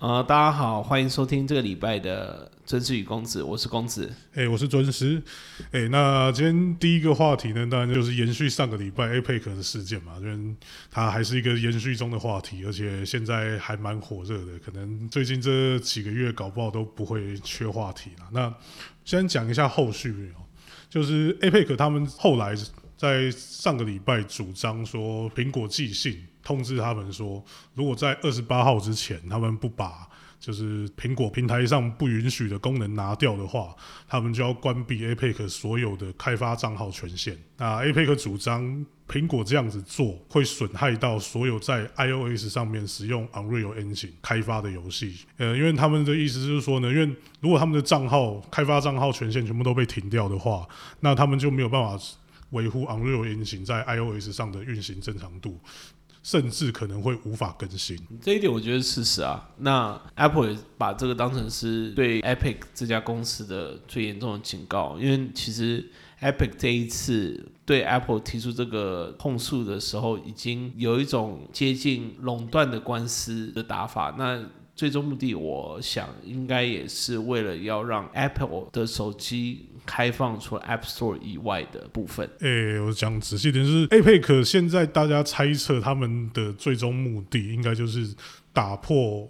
大家好，欢迎收听这个礼拜的尊师与公子，我是公子。 我是尊师。那今天第一个话题呢，当然就是延续上个礼拜 APEC 的事件嘛，因为它还是一个延续中的话题，而且现在还蛮火热的，可能最近这几个月搞不好都不会缺话题啦。那先讲一下后续就是 APEC 他们后来在上个礼拜主张说，苹果寄信通知他们说，如果在28号之前他们不把就是苹果平台上不允许的功能拿掉的话，他们就要关闭 APEC 所有的开发账号权限。那 APEC 主张苹果这样子做会损害到所有在 iOS 上面使用 Unreal Engine 开发的游戏。因为他们的意思是说呢，因为如果他们的开发账号权限全部都被停掉的话，那他们就没有办法维护 Unreal Engine 在 iOS 上的运行正常度，甚至可能会无法更新。 这一点我觉得是事实啊。那 Apple 也把这个当成是对 Epic 这家公司的最严重的警告，因为其实 Epic 这一次对 Apple 提出这个控诉的时候，已经有一种接近垄断的官司的打法。那最终目的，我想应该也是为了要让 Apple 的手机开放除了 App Store 以外的部分。 我讲仔细点，是 APEC 现在大家猜测他们的最终目的应该就是打破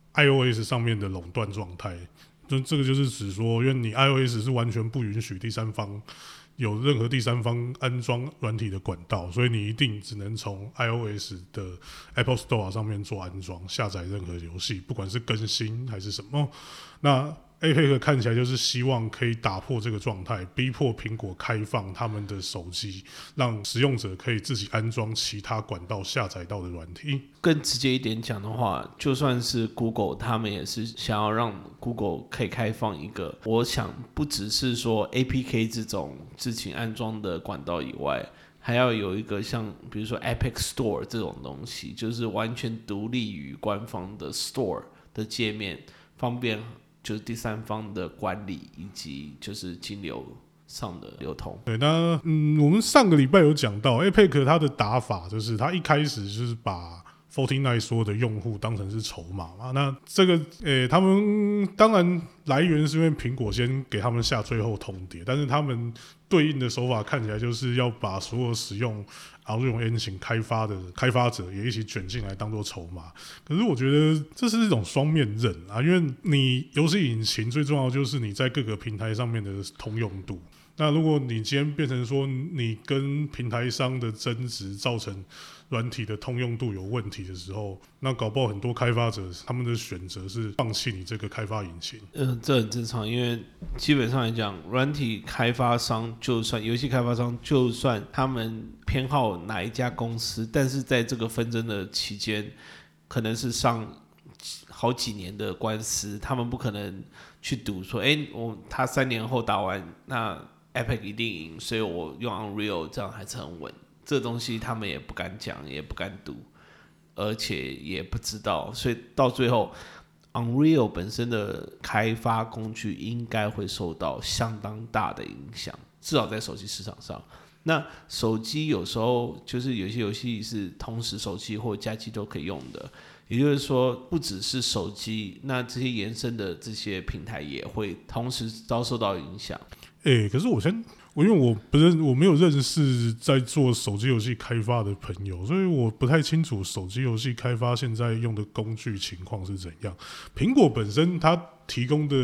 iOS 上面的垄断状态。这个就是指说，因为你 iOS 是完全不允许有任何第三方安装软体的管道，所以你一定只能从 iOS 的 Apple Store 上面做安装，下载任何游戏，不管是更新还是什么。那 APEC 看起来就是希望可以打破这个状态，逼迫苹果开放他们的手机，让使用者可以自己安装其他管道下载到的软体。 更直接一点讲的话，就算是 Google， 他们也是想要让 Google 可以开放一个，我想不只是说 APK 这种自行安装的管道以外，还要有一个像比如说 Epic Store 这种东西，就是完全独立于官方的 Store 的界面，方便就是第三方的管理以及就是金流上的流通。 对，那我们上个礼拜有讲到 APEC 它的打法，就是它一开始就是把 Fortnite 所有的用户当成是筹码嘛。那这个他们当然来源是因为苹果先给他们下最后通牒，但是他们对应的手法看起来就是要把所有使用 Unreal Engine 开发者也一起卷进来当做筹码。可是我觉得这是一种双面刃啊，因为你游戏引擎最重要的就是你在各个平台上面的通用度。那如果你今天变成说你跟平台商的争执造成软体的通用度有问题的时候，那搞不好很多开发者他们的选择是放弃你这个开发引擎。 这很正常，因为基本上来讲，软体开发商就算游戏开发商，就算他们偏好哪一家公司，但是在这个纷争的期间，可能是上好几年的官司，他们不可能去赌说，他3年后打完，那 Epic 一定赢，所以我用 Unreal 这样还是很稳。这东西他们也不敢讲，也不敢赌，而且也不知道，所以到最后 Unreal 本身的开发工具应该会受到相当大的影响，至少在手机市场上。那手机有时候就是有些游戏是同时手机或家机都可以用的，也就是说不只是手机，那这些延伸的这些平台也会同时遭受到影响。 可是因为我没有认识在做手机游戏开发的朋友，所以我不太清楚手机游戏开发现在用的工具情况是怎样。苹果本身它提供的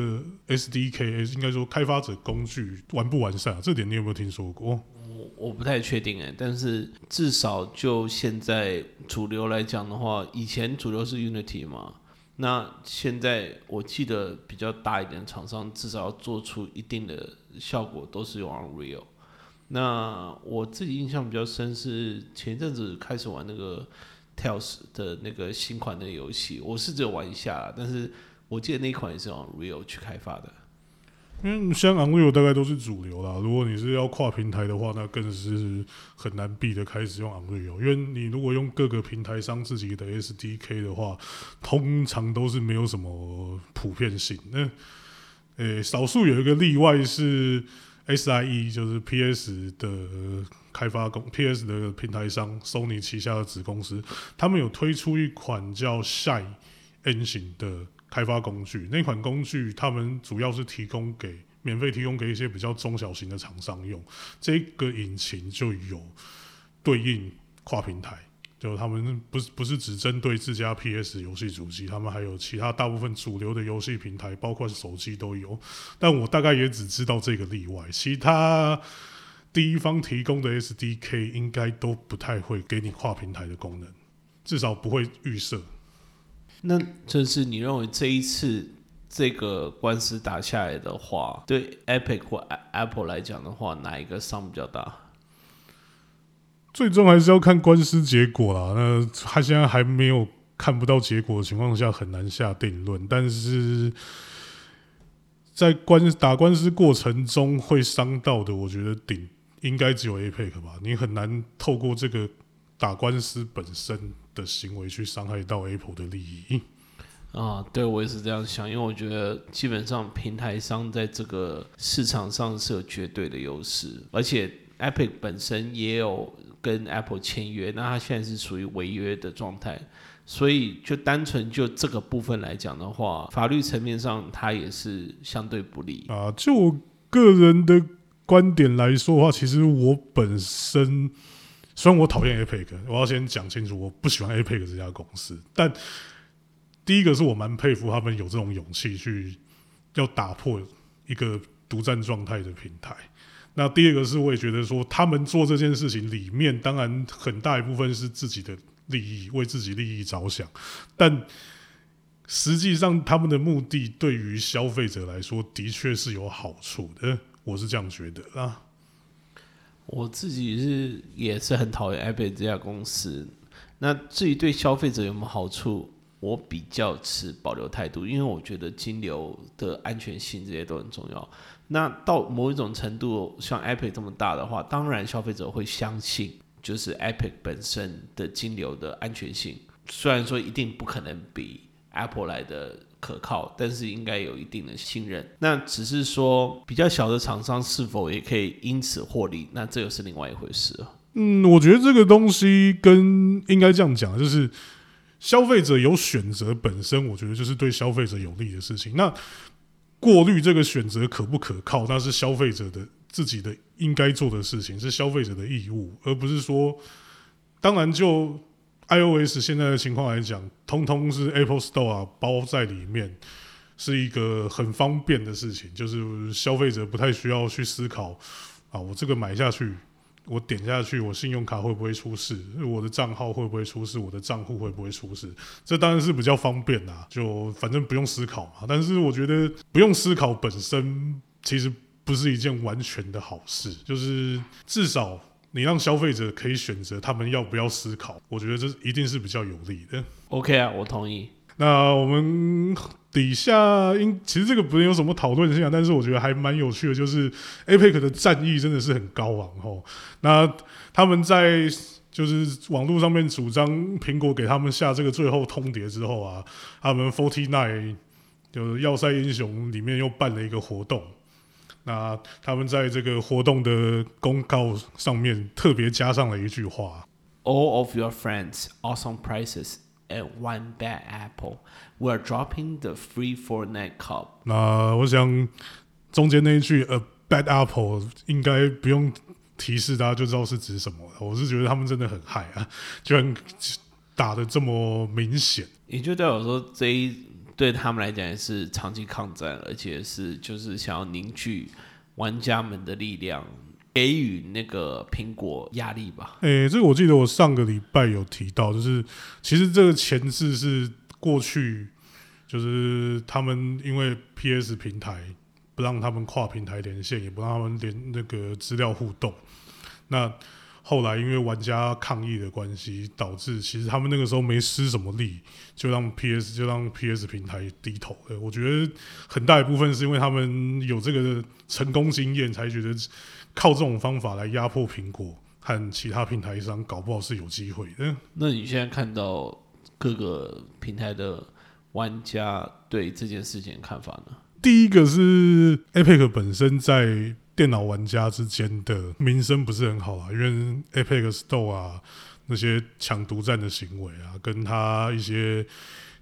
SDK 应该说开发者工具完不完善啊？这点你有没有听说过？ 我不太确定但是至少就现在主流来讲的话，以前主流是 Unity 嘛，那现在我记得比较大一点的厂商至少要做出一定的效果都是用 Unreal。 那我自己印象比较深是前一阵子开始玩那个 Tales 的那个新款的游戏，我是只有玩一下啦，但是我记得那一款也是用 Unreal 去开发的。 因为像 Unreal 大概都是主流啦，如果你是要跨平台的话，那更是很难避的开始用 Unreal， 因为你如果用各个平台商自己的 SDK 的话，通常都是没有什么普遍性。少数有一个例外是 SIE， 就是 PS 的PS 的平台商 Sony 旗下的子公司，他们有推出一款叫 Shine Engine 的开发工具，那款工具他们主要是免费提供给一些比较中小型的厂商用。这个引擎就有对应跨平台，就他们不是只针对自家 PS 游戏主机，他们还有其他大部分主流的游戏平台，包括手机都有。但我大概也只知道这个例外，其他第一方提供的 SDK 应该都不太会给你跨平台的功能，至少不会预设。 那就是你认为这一次这个官司打下来的话，对 Epic 或 Apple 来讲的话，哪一个伤比较大？ 最终还是要看官司结果啦。那他现在还没有看不到结果的情况下，很难下定论。但是在打官司过程中会伤到的，我觉得应该只有 Epic 吧。你很难透过这个打官司本身的行为去伤害到 Apple 的利益。 对，我也是这样想，因为我觉得基本上平台商在这个市场上是有绝对的优势，而且 Epic 本身也有跟 Apple 签约，那它现在是属于违约的状态，所以就单纯就这个部分来讲的话，法律层面上它也是相对不利就我个人的观点来说的话，其实我本身虽然我讨厌 Epic， 我要先讲清楚，我不喜欢 Epic 这家公司，但第一个是我蛮佩服他们有这种勇气去要打破一个独占状态的平台。那第二个是我也觉得说他们做这件事情里面，当然很大一部分是自己的利益，为自己利益着想，但实际上他们的目的对于消费者来说的确是有好处的，我是这样觉得啦。 我自己也是很讨厌 Epic 这家公司。那至于对消费者有没有好处，我比较持保留态度，因为我觉得金流的安全性这些都很重要。那到某一种程度，像 Epic 这么大的话，当然消费者会相信，就是 Epic 本身的金流的安全性。虽然说一定不可能比 Apple 来的可靠，但是应该有一定的信任。那只是说比较小的厂商是否也可以因此获利，那这又是另外一回事了。 我觉得这个东西应该这样讲，就是消费者有选择本身，我觉得就是对消费者有利的事情。那过滤这个选择可不可靠，那是消费者的自己的应该做的事情，是消费者的义务，而不是说，当然就 iOS 现在的情况来讲，通通是 Apple Store 包在里面，是一个很方便的事情，就是消费者不太需要去思考我这个买下去。我点下去，我信用卡会不会出事？我的账号会不会出事？我的账户会不会出事？这当然是比较方便啦，就反正不用思考嘛。但是我觉得不用思考本身其实不是一件完全的好事，就是至少你让消费者可以选择他们要不要思考，我觉得这一定是比较有利的。 OK 啊，我同意。 那我们底下其实这个不有什么讨论性，但是我觉得还蛮有趣的，就是 Epic 的战役真的是很高昂吼。那他们在就是网络上面主张苹果给他们下这个最后通牒之后啊，他们 Fortnite 就是要塞英雄里面又办了一个活动。那他们在这个活动的公告上面特别加上了一句话 ：All of your friends, awesome prices.And one bad apple, we're dropping the free Fortnite Cup. 那我想中间那一句 "a bad apple" 应该不用提示，大家就知道是指什么了。我是觉得他们真的很害啊，居然打得这么明显。 也就代表说，这一对他们来讲也是长期抗战，而且是就是想要凝聚玩家们的力量。给予那个苹果压力吧。 这个我记得我上个礼拜有提到，就是其实这个前置是过去，就是他们因为 PS 平台不让他们跨平台连线，也不让他们连那个资料互动。那后来因为玩家抗议的关系，导致其实他们那个时候没施什么力，就让 PS 平台低头了。我觉得很大一部分是因为他们有这个成功经验，才觉得靠这种方法来压迫苹果和其他平台商，搞不好是有机会的。 那你现在看到各个平台的玩家对这件事情的看法呢？ 第一个是 Epic 本身在电脑玩家之间的名声不是很好啦，因为 Epic Store 那些抢独占的行为跟他一些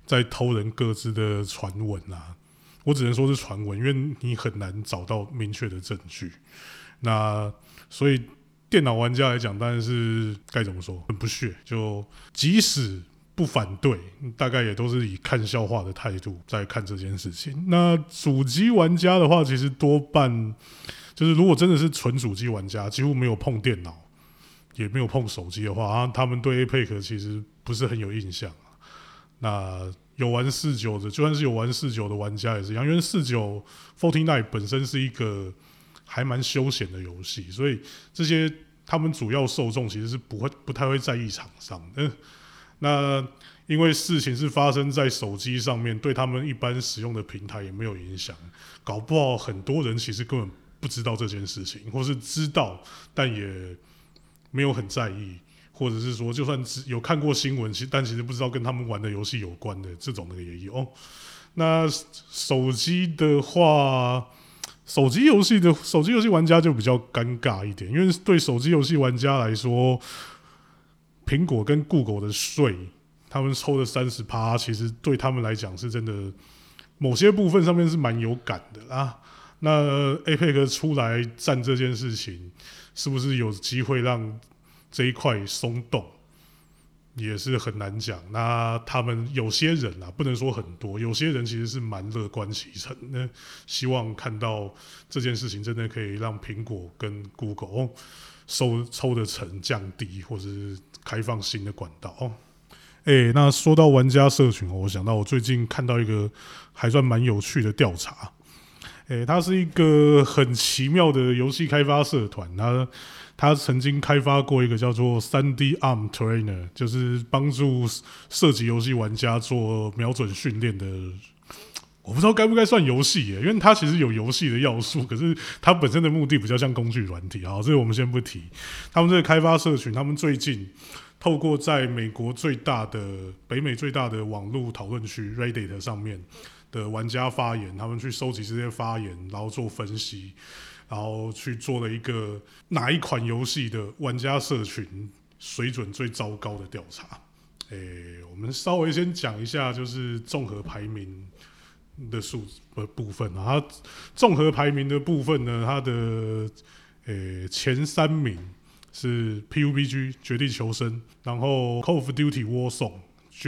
在偷人各自的传闻啊。我只能说是传闻，因为你很难找到明确的证据。那所以电脑玩家来讲，当然是该怎么说，很不屑。就即使不反对，大概也都是以看笑话的态度在看这件事情。那主机玩家的话，其实多半就是如果真的是纯主机玩家，几乎没有碰电脑，也没有碰手机的话，他们对 APEC 其实不是很有印象。那有玩49的，就算是有玩49的玩家也是一样，因为49 Fortnite 本身是一个还蛮休闲的游戏，所以这些他们主要受众其实是不太会在意厂商。那因为事情是发生在手机上面，对他们一般使用的平台也没有影响，搞不好很多人其实根本不知道这件事情，或是知道但也没有很在意。或者是说，就算有看过新闻，但其实不知道跟他们玩的游戏有关的这种的也有。那手机的话，手机游戏玩家就比较尴尬一点，因为对手机游戏玩家来说，苹果跟 Google 的税，他们抽的30%，其实对他们来讲是真的，某些部分上面是蛮有感的啦。那 APEC 出来战这件事情，是不是有机会让这一块松动也是很难讲。那他们有些人啊，不能说很多，有些人其实是蛮乐观其成的，希望看到这件事情真的可以让苹果跟 Google 抽的成降低，或者是开放新的管道。那说到玩家社群，我想到我最近看到一个还算蛮有趣的调查。它是一个很奇妙的游戏开发社团，他曾经开发过一个叫做 3D Arm Trainer， 就是帮助射击游戏玩家做瞄准训练的。我不知道该不该算游戏耶，因为它其实有游戏的要素，可是它本身的目的比较像工具软体。好，这个我们先不提。他们这个开发社群，他们最近透过在美国北美最大的网络讨论区 Reddit 上面的玩家发言，他们去收集这些发言，然后做分析，然后去做了一个哪一款游戏的玩家社群水准最糟糕的调查。我们稍微先讲一下，就是综合排名的部分啊。它综合排名的部分呢，它的前3名是 PUBG 绝地求生，然后 Call of Duty Warzone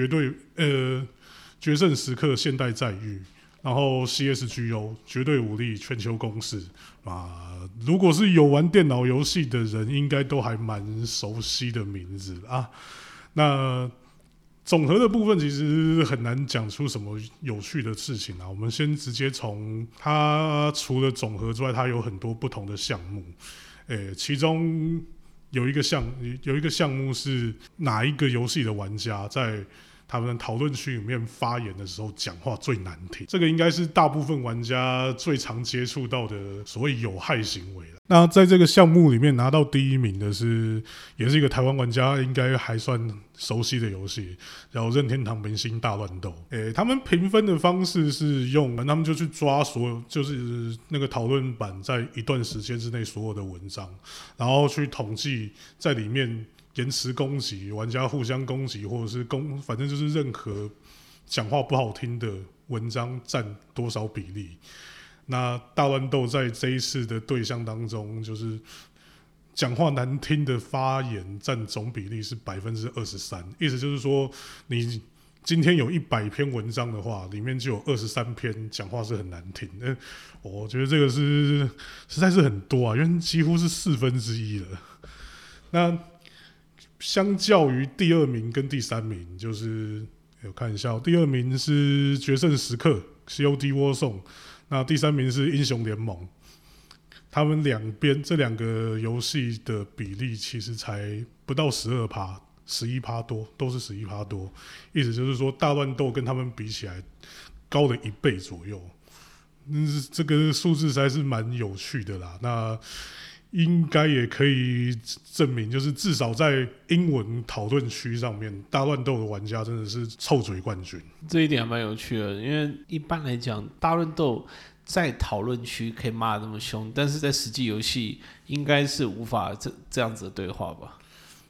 决胜时刻现代战役，然后 CSGO 绝对武力全球攻势啊。如果是有玩电脑游戏的人，应该都还蛮熟悉的名字啊。那总和的部分其实很难讲出什么有趣的事情啊。我们先直接从它除了总和之外，它有很多不同的项目。其中有一个项目是哪一个游戏的玩家在他们的讨论区里面发言的时候讲话最难听，这个应该是大部分玩家最常接触到的所谓有害行为了。那在这个项目里面拿到第1名的也是一个台湾玩家应该还算熟悉的游戏，叫任天堂明星大乱斗。他们评分的方式是他们就去抓就是那个讨论版在一段时间之内所有的文章，然后去统计在里面延迟攻击、玩家互相攻击，或者是反正就是任何讲话不好听的文章占多少比例。那大乱斗在这一次的对象当中，就是讲话难听的发言占总比例是23%，意思就是说，你今天有100篇文章的话，里面就有23篇讲话是很难听的。我觉得这个实在是很多啊，因为几乎是1/4了。那相较于第2名跟第3名，就是我看一下，第2名是决胜时刻 COD Warzone， 那第3名是英雄联盟。他们这2个游戏的比例其实才不到12%，11%多，都是11%多。意思就是说，大乱斗跟他们比起来高了1倍左右。这个数字实在是蛮有趣的啦。那应该也可以证明，就是至少在英文讨论区上面，大乱斗的玩家真的是臭嘴冠军。 这一点还蛮有趣的，因为一般来讲，大乱斗在讨论区可以骂得那么凶，但是在实际游戏应该是无法这样子的对话吧？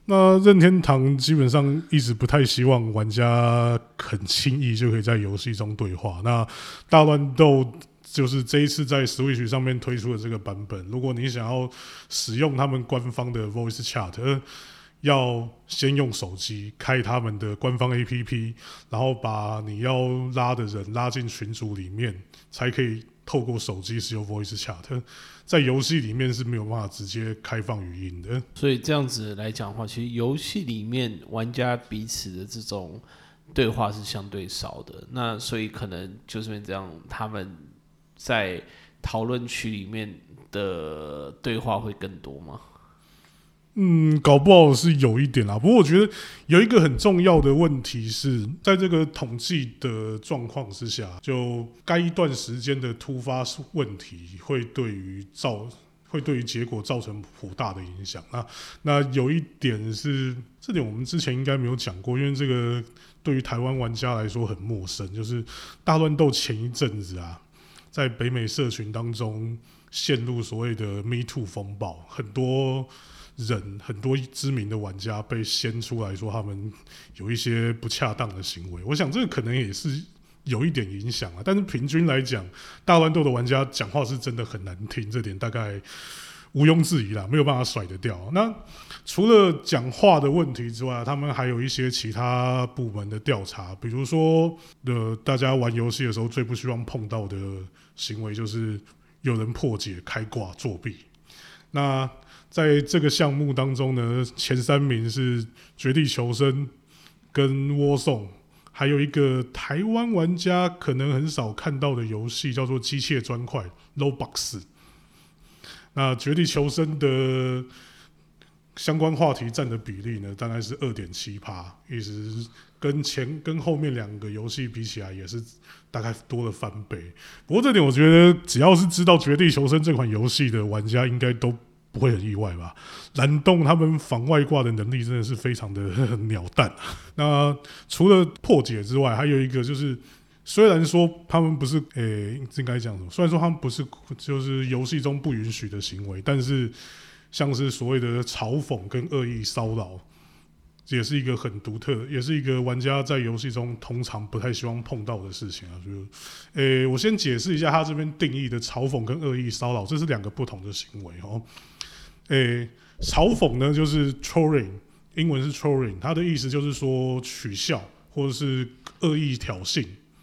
那任天堂基本上一直不太希望玩家很轻易就可以在游戏中对话。那大乱斗就是这一次在 Switch 上面推出的这个版本，如果你想要使用他们官方的 Voice Chat，要先用手机开他们的官方 APP， 然后把你要拉的人拉进群组里面，才可以透过手机使用 Voice Chat。在游戏里面是没有办法直接开放语音的。 所以这样子来讲的话，其实游戏里面玩家彼此的这种对话是相对少的。那所以可能就是这样，他们在讨论区里面的对话会更多吗？ 搞不好是有一点啦。不过我觉得有一个很重要的问题是，在这个统计的状况之下，就该一段时间的突发问题会对于结果造成颇大的影响。那有一点是，这点我们之前应该没有讲过，因为这个对于台湾玩家来说很陌生。就是大乱斗前一阵子啊，在北美社群当中陷入所谓的 Me Too 风暴，很多知名的玩家被掀出来说他们有一些不恰当的行为。我想这个可能也是有一点影响啊，但是平均来讲，大乱斗的玩家讲话是真的很难听，这点大概毋庸置疑啦，没有办法甩得掉。那除了讲话的问题之外，他们还有一些其他部门的调查，比如说大家玩游戏的时候最不希望碰到的行为就是有人破解、开挂、作弊。那在这个项目当中呢，前3名是《绝地求生》跟《Warzone》，还有一个台湾玩家可能很少看到的游戏叫做《机械砖块》（Roblox）。那《绝地求生》的相关话题占的比例呢，大概是2.7%，意思是跟后面2个游戏比起来，也是大概多了翻倍。不过这点我觉得，只要是知道《绝地求生》这款游戏的玩家，应该都不会很意外吧？蓝洞他们防外挂的能力真的是非常的鸟蛋。那除了破解之外，还有一个就是，虽然说他们不是应该讲什么？虽然说他们不是就是游戏中不允许的行为，但是像是所谓的嘲讽跟恶意骚扰，也是一个很独特，也是一个玩家在游戏中通常不太希望碰到的事情啊。我先解释一下他这边定义的嘲讽跟恶意骚扰，这是2个不同的行为哦。嘲讽呢就是 trolling， 英文是 trolling， 它的意思就是说取笑或者是恶意挑衅。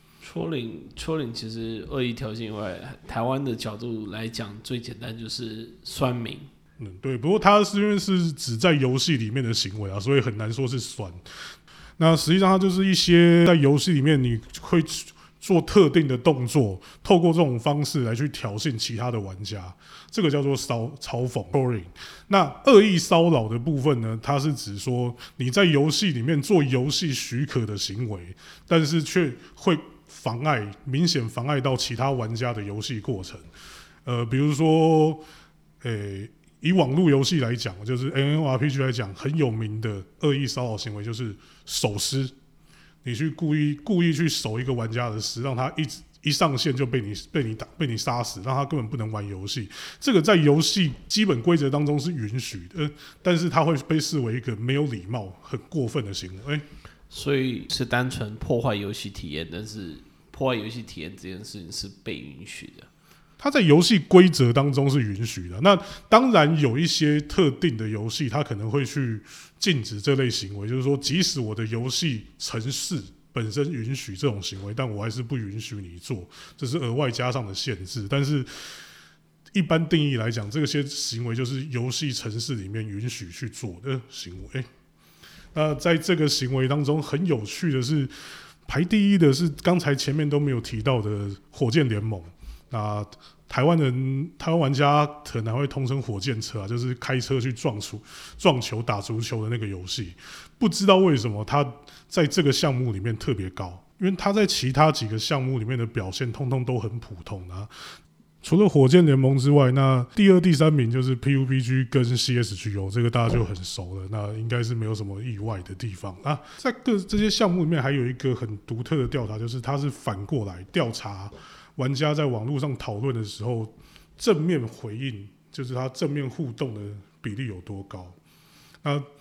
trolling 其实恶意挑衅以外，台湾的角度来讲，最简单就是酸民。 对，不过它是因为是只在游戏里面的行为啊，所以很难说是酸。那实际上它就是一些在游戏里面你会做特定的动作，透过这种方式来去挑衅其他的玩家，这个叫做嘲讽 （trolling）。那恶意骚扰的部分呢，它是指说你在游戏里面做游戏许可的行为，但是却会明显妨碍到其他玩家的游戏过程。比如说，以网络游戏来讲，就是 MMORPG 来讲，很有名的恶意骚扰行为就是守尸。你去故意去守一个玩家的尸，让他一上线就被你杀死，让他根本不能玩游戏。这个在游戏基本规则当中是允许的，但是它会被视为一个没有礼貌、很过分的行为。 所以是单纯破坏游戏体验，但是破坏游戏体验这件事情是被允许的。 它在游戏规则当中是允许的。那当然有一些特定的游戏，它可能会去禁止这类行为，就是说，即使我的游戏程式本身允许这种行为，但我还是不允许你做，这是额外加上的限制。但是一般定义来讲，这些行为就是游戏程式里面允许去做的行为。那在这个行为当中，很有趣的是，排第一的是刚才前面都没有提到的火箭联盟。那台湾玩家可能会通称火箭车啊，就是开车去撞球、打足球的那个游戏。不知道为什么他在这个项目里面特别高，因为他在其他几个项目里面的表现通通都很普通啊。除了火箭联盟之外，那第2、第3名就是 PUBG 跟 CSGO， 这个大家就很熟了，那应该是没有什么意外的地方啊。在这些项目里面，还有一个很独特的调查，就是它是反过来调查玩家在网络上讨论的时候，正面回应，就是他正面互动的比例有多高。那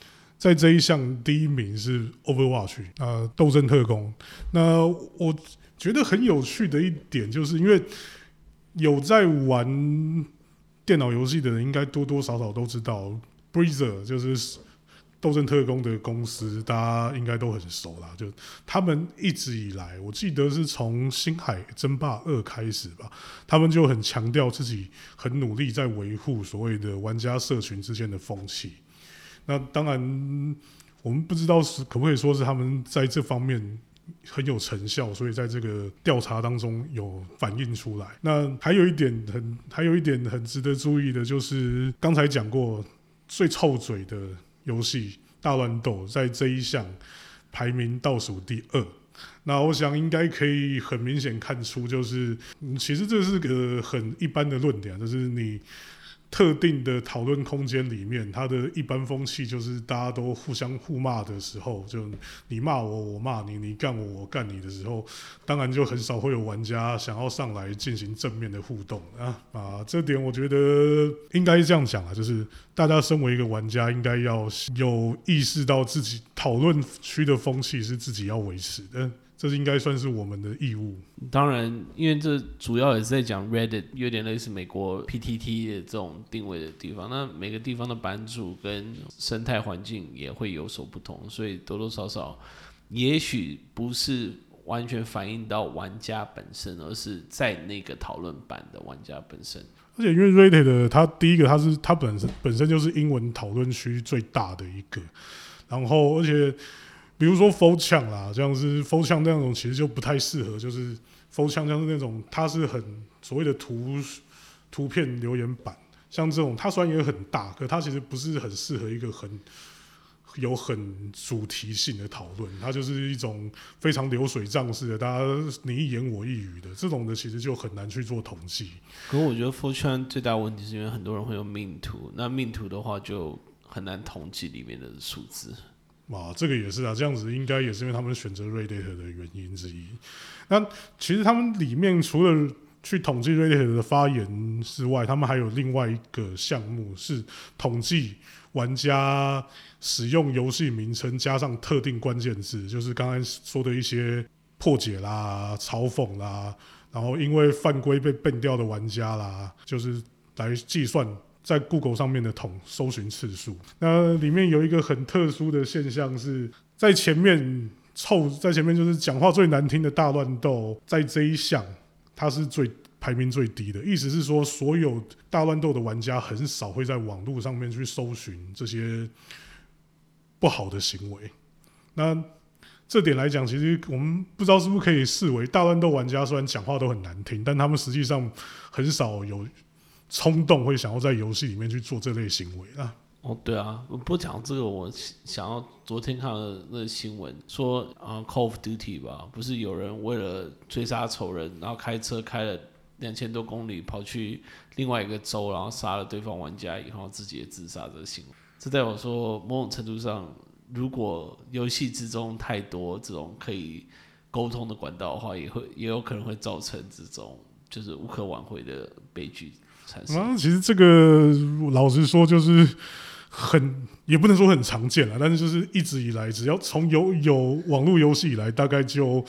在这一项第一名是 Overwatch 斗阵特工。那我觉得很有趣的一点，就是因为有在玩电脑游戏的人，应该多多少少都知道 Blizzard 就是斗阵特工的公司，大家应该都很熟啦。就他们一直以来，我记得是从星海争霸2开始吧，他们就很强调自己很努力在维护所谓的玩家社群之间的风气。那当然，我们不知道是可不可以说是他们在这方面很有成效，所以在这个调查当中有反映出来。那还有一点很值得注意的，就是刚才讲过最臭嘴的游戏大乱斗，在这一项排名倒数第2。那我想应该可以很明显看出，就是其实这是个很一般的论点，就是你特定的讨论空间里面，它的一般风气就是大家都互相互骂的时候，就你骂我，我骂你，你干我，我干你的时候，当然就很少会有玩家想要上来进行正面的互动这点我觉得应该这样讲啊，就是大家身为一个玩家，应该要有意识到自己讨论区的风气是自己要维持的。这应该算是我们的义务。 当然，因为这主要也是在讲 Reddit， 有点类似美国 PTT 的这种定位的地方。那每个地方的版主跟生态环境也会有所不同，所以多多少少，也许不是完全反映到玩家本身，而是在那个讨论版的玩家本身。 而且因为 Reddit 它第一个它本身就是英文讨论区最大的一个，然后而且比如说 4chan 啦，像是 4chan 那种其实就不太适合，就是 4chan 像是那种它是很所谓的图片留言板，像这种它虽然也很大，可它其实不是很适合一个有很主题性的讨论，它就是一种非常流水账式的，大家你一言我一语的这种的，其实就很难去做统计。 可是我觉得 4chan 最大的问题是因为很多人会用命图，那命图的话就很难统计里面的数字。 这个也是啊，这样子应该也是因为他们选择 Reddit 的原因之一。那其实他们里面除了去统计 Reddit 的发言之外，他们还有另外一个项目是统计玩家使用游戏名称加上特定关键字，就是刚才说的一些破解啦、嘲讽啦，然后因为犯规被 ban 掉的玩家啦，就是来计算在 Google 上面的搜寻次数。那里面有一个很特殊的现象是，在前面就是讲话最难听的大乱斗，在这一项它是排名最低的。意思是说，所有大乱斗的玩家很少会在网络上面去搜寻这些不好的行为。那这点来讲，其实我们不知道是不是可以视为大乱斗玩家虽然讲话都很难听，但他们实际上很少有冲动会想要在游戏里面去做这类行为啊。 对啊，不讲这个，我想要昨天看了那个新闻，说Call of Duty 吧，不是有人为了追杀仇人，然后开车开了2000多公里跑去另外一个州，然后杀了对方玩家以后自己也自杀这个新闻。这代表说某种程度上，如果游戏之中太多这种可以沟通的管道的话，也有可能会造成这种就是无可挽回的悲剧产生。 其实这个老实说就是也不能说很常见啦，但是就是一直以来，只要从有网络游戏以来，大概就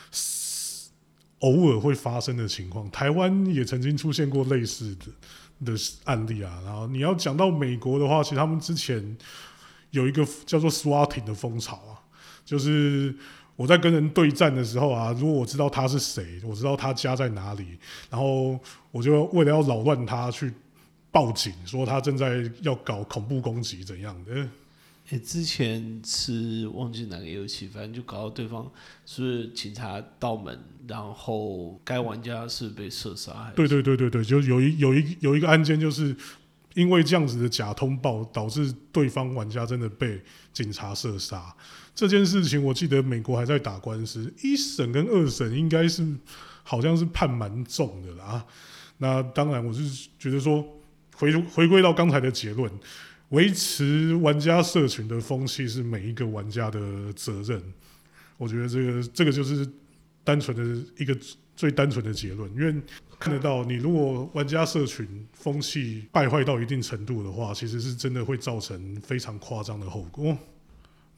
偶尔会发生的情况。台湾也曾经出现过类似的案例啊。然后你要讲到美国的话，其实他们之前有一个叫做 swatting 的风潮啊，就是我在跟人对战的时候啊，如果我知道他是谁，我知道他家在哪里，然后我就为了要扰乱他去报警，说他正在要搞恐怖攻击怎样的。 之前是忘记哪个游戏，反正就搞到对方是警察到门，然后该玩家是被射杀。 对，就有一个案件，就是因为这样子的假通报，导致对方玩家真的被警察射杀。这件事情我记得美国还在打官司，1审跟2审应该是好像是判蛮重的啦。那当然我是觉得说回归到刚才的结论，维持玩家社群的风气是每一个玩家的责任。我觉得这个就是单纯的一个最单纯的结论，因为看得到你如果玩家社群风气败坏到一定程度的话，其实是真的会造成非常夸张的后果。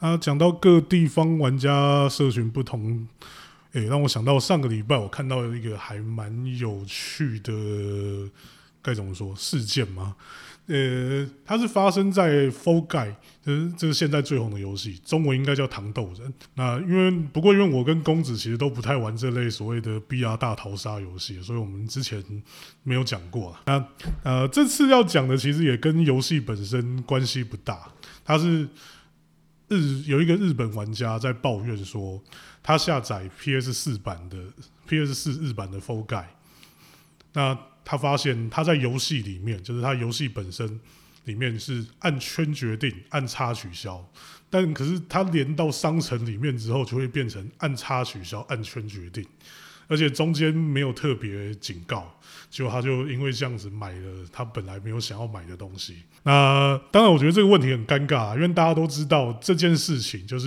讲到各地方玩家社群不同，让我想到上个礼拜我看到一个还蛮有趣的，该怎么说事件吗？它是发生在 Fall Guy， 这是现在最红的游戏，中文应该叫糖豆人。那因为我跟公子其实都不太玩这类所谓的 BR 大逃杀游戏，所以我们之前没有讲过。那这次要讲的其实也跟游戏本身关系不大，它是有一个日本玩家在抱怨说，他下载 PS4 日版的 Fall Guy， 那他发现他在游戏里面，就是他游戏本身里面是按圈决定，按叉取消，但可是他连到商城里面之后，就会变成按叉取消，按圈决定，而且中间没有特别警告，结果他就因为这样子买了他本来没有想要买的东西。那当然，我觉得这个问题很尴尬，因为大家都知道这件事情，就是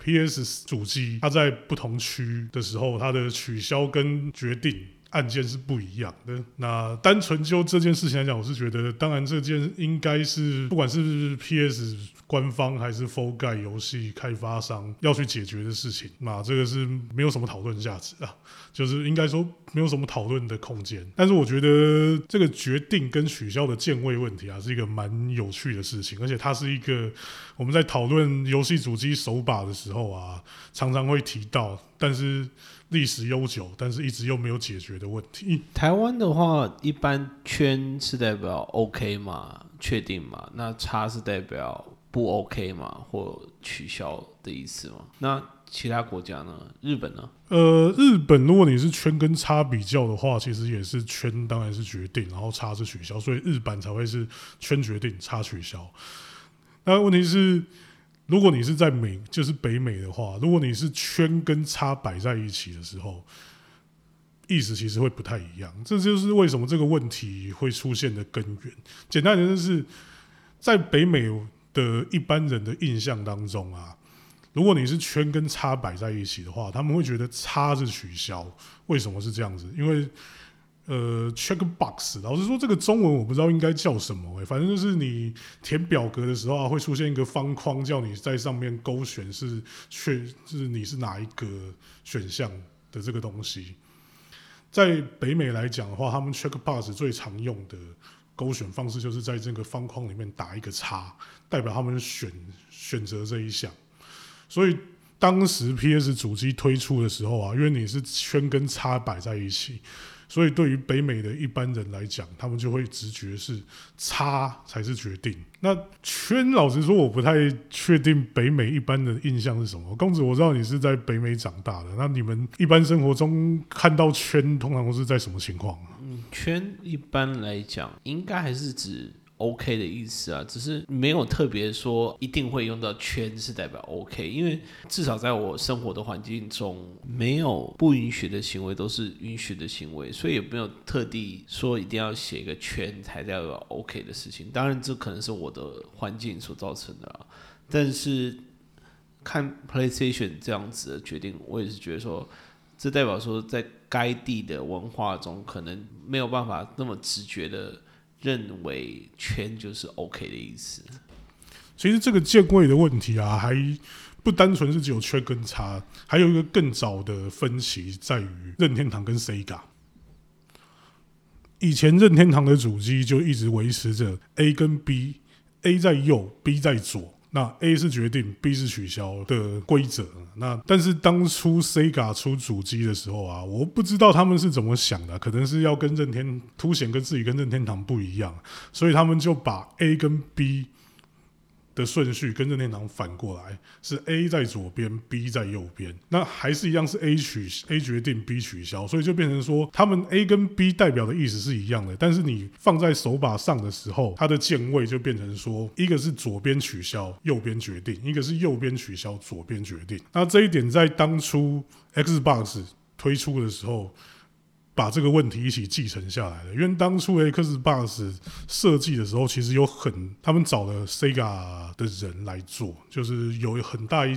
PS 主机它在不同区的时候，它的取消跟决定按键是不一样的。那单纯就这件事情来讲，我是觉得，当然这件应该是不管是 PS 官方还是 Fall Guy 游戏开发商要去解决的事情，那这个是没有什么讨论价值啊，就是应该说没有什么讨论的空间。但是我觉得这个决定跟取消的键位问题啊，是一个蛮有趣的事情，而且它是一个我们在讨论游戏主机手把的时候啊，常常会提到，但是历史悠久，但是一直又没有解决的问题。 台湾的话，一般圈是代表 OK 嘛，确定嘛？那叉是代表不 OK 嘛，或取消的意思嘛？那其他国家呢？日本呢？ 日本如果你是圈跟叉比较的话，其实也是圈当然是决定，然后叉是取消，所以日版才会是圈决定，叉取消。那问题是，如果你是在就是北美的话，如果你是圈跟叉摆在一起的时候，意思其实会不太一样。这就是为什么这个问题会出现的根源。简单的就是在北美的一般人的印象当中啊，如果你是圈跟叉摆在一起的话，他们会觉得叉是取消。为什么是这样子？因为checkbox， 老实说，这个中文我不知道应该叫什么反正就是你填表格的时候啊，会出现一个方框，叫你在上面勾选是你是哪一个选项的这个东西。在北美来讲的话，他们 checkbox 最常用的勾选方式就是在这个方框里面打一个叉，代表他们选择这一项。所以当时 PS 主机推出的时候啊，因为你是圈跟叉摆在一起，所以对于北美的一般人来讲，他们就会直觉是叉才是决定。那圈，老实说，我不太确定北美一般的印象是什么。公子，我知道你是在北美长大的，那你们一般生活中看到圈，通常都是在什么情况？ 圈一般来讲，应该还是指OK 的意思啊，只是没有特别说一定会用到圈是代表 OK， 因为至少在我生活的环境中，没有不允许的行为，都是允许的行为，所以也没有特地说一定要写一个圈才代表 OK 的事情。当然，这可能是我的环境所造成的啊，但是看 PlayStation 这样子的决定，我也是觉得说，这代表说在该地的文化中，可能没有办法那么直觉的认为圈就是 OK 的意思。 其实这个键位的问题啊，还不单纯是只有圈跟叉，还有一个更早的分歧在于任天堂跟 Sega。以前任天堂的主机就一直维持着 A 跟 B，A 在右 ，B 在左。那 A 是决定 ，B 是取消的规则。那但是当初 Sega 出主机的时候啊，我不知道他们是怎么想的，可能是要跟凸显跟自己跟任天堂不一样，所以他们就把 A 跟 B的顺序跟任天堂反过来，是 A 在左边 ，B 在右边。那还是一样是 A 决定 ，B 取消，所以就变成说，他们 A 跟 B 代表的意思是一样的，但是你放在手把上的时候，它的键位就变成说，一个是左边取消，右边决定；一个是右边取消，左边决定。那这一点在当初 Xbox 推出的时候，把这个问题一起继承下来了，因为当初 Xbox 设计的时候，其实他们找了 Sega 的人来做，就是有很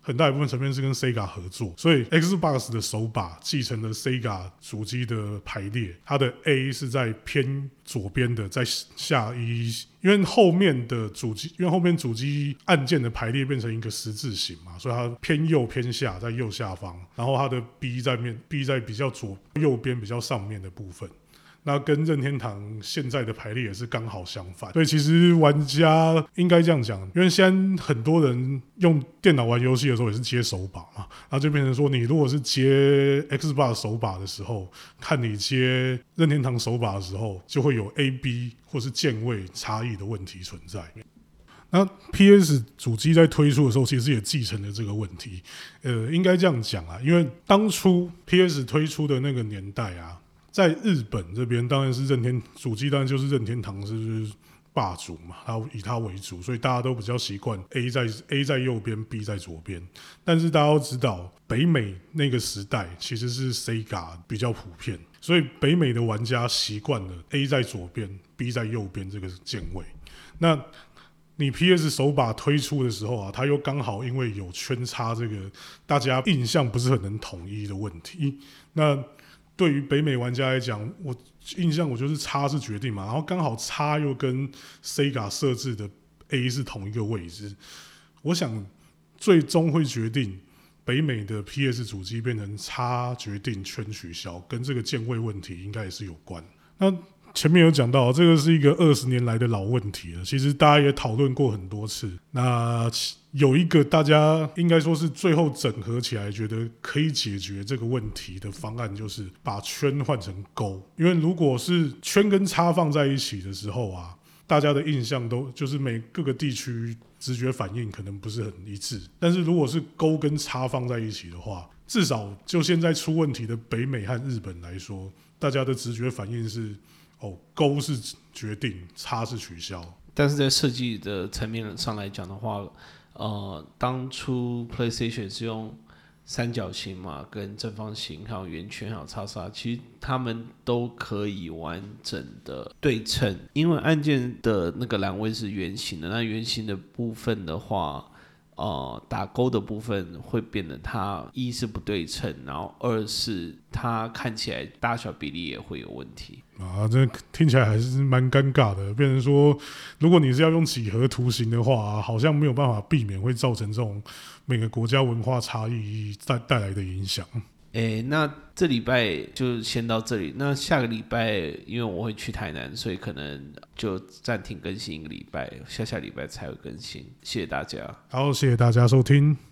很大一部分层面是跟 Sega 合作，所以 Xbox 的手把继承了 Sega 主机的排列，它的 A 是在偏左边的，在下因为后面主机按键的排列变成一个十字形嘛，所以它偏右偏下，在右下方，然后它的 B 在比较右边比较上面的部分。那跟任天堂现在的排列也是刚好相反，所以其实玩家应该这样讲，因为现在很多人用电脑玩游戏的时候也是接手把嘛，然后就变成说，你如果是接 Xbox 手把的时候，看你接任天堂手把的时候，就会有 A、B 或是键位差异的问题存在。那 PS 主机在推出的时候，其实也继承了这个问题。应该这样讲啊，因为当初 PS 推出的那个年代啊，在日本这边当然是主机，当然就是任天堂是霸主嘛，以它为主，所以大家都比较习惯 A 在右边 ，B 在左边。但是大家都知道，北美那个时代其实是 Sega 比较普遍，所以北美的玩家习惯了 A 在左边 ，B 在右边这个键位。那你 PS 手把推出的时候啊，它又刚好因为有圈叉这个大家印象不是很能统一的问题，那对于北美玩家来讲，我印象我就是叉是决定嘛，然后刚好叉又跟 Sega 设置的 A 是同一个位置，我想最终会决定北美的 PS 主机变成叉决定圈取消，跟这个键位问题应该也是有关。那前面有讲到，这个是一个20年来的老问题了，其实大家也讨论过很多次。那有一个大家应该说是最后整合起来，觉得可以解决这个问题的方案，就是把圈换成勾。因为如果是圈跟叉放在一起的时候啊，大家的印象都就是各个地区直觉反应可能不是很一致。但是如果是勾跟叉放在一起的话，至少就现在出问题的北美和日本来说，大家的直觉反应是勾是决定，叉是取消。 但是在设计的层面上来讲的话，当初 PlayStation 是用三角形嘛，跟正方形，还有圆圈，还有叉叉，其实他们都可以完整的对称，因为按键的那个栏位是圆形的，那圆形的部分的话。打勾的部分会变得它一是不对称，然后二是它看起来大小比例也会有问题啊，这听起来还是蛮尴尬的。变成说，如果你是要用几何图形的话，好像没有办法避免会造成这种每个国家文化差异带来的影响。 那这礼拜就先到这里。那下个礼拜，因为我会去台南，所以可能就暂停更新1个礼拜，下礼拜才会更新。谢谢大家。 好，谢谢大家收听。